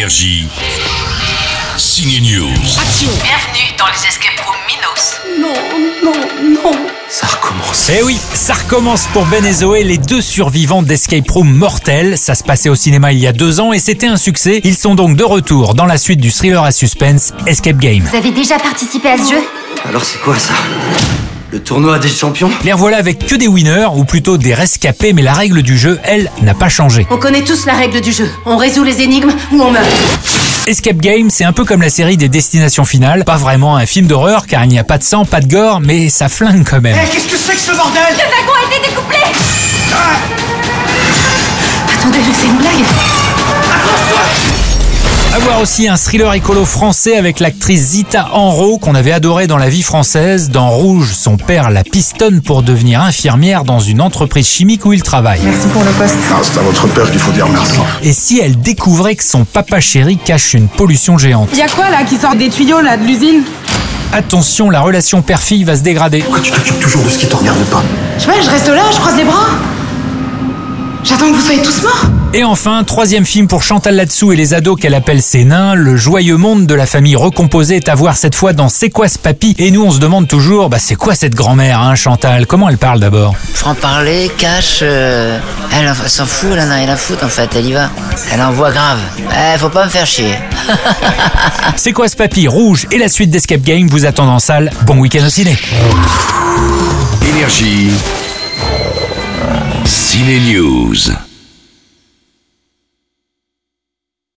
Énergie. Ciné News. Action. Bienvenue dans les escape rooms Minos. Non. Ça recommence. Eh oui, ça recommence pour Ben et Zoé, les deux survivants d'Escape Room mortel. Ça se passait au cinéma il y a 2 ans et c'était un succès. Ils sont donc de retour dans la suite du thriller à suspense Escape Game. Vous avez déjà participé à ce jeu ? Alors c'est quoi ça? Le tournoi des champions? Les revoilà avec que des winners, ou plutôt des rescapés, mais la règle du jeu, elle, n'a pas changé. On connaît tous la règle du jeu. On résout les énigmes ou on meurt. Escape Game, c'est un peu comme la série des Destinations Finales. Pas vraiment un film d'horreur, car il n'y a pas de sang, pas de gore, mais ça flingue quand même. Qu'est-ce que c'est que ce bordel? Le wagon a été découplé ! Attendez, c'est une blague. À voir aussi un thriller écolo français avec l'actrice Zita Enro qu'on avait adorée dans La Vie française. Dans Rouge, son père la pistonne pour devenir infirmière dans une entreprise chimique où il travaille. Merci pour le poste. Ah, c'est à votre père qu'il faut dire merci. Et si elle découvrait que son papa chéri cache une pollution géante? Y a quoi là qui sort des tuyaux là de l'usine? Attention, la relation père-fille va se dégrader. Pourquoi tu t'occupes toujours de ce qui te regarde pas? Je sais pas, je reste là, je croise les bras. J'attends que vous soyez tous morts. Et enfin, 3e film pour Chantal Latsou et les ados qu'elle appelle ses nains. Le joyeux monde de la famille recomposée est à voir cette fois dans C'est quoi ce papy? Et nous on se demande toujours, c'est quoi cette grand-mère, hein, Chantal? Comment elle parle d'abord? Franc-parler, cash, elle s'en fout, elle en a rien à foutre en fait, elle y va. Elle envoie grave. Faut pas me faire chier. C'est quoi ce papy? Rouge et la suite d'Escape Game vous attendent en salle. Bon week-end au ciné. Énergie. Ciné News.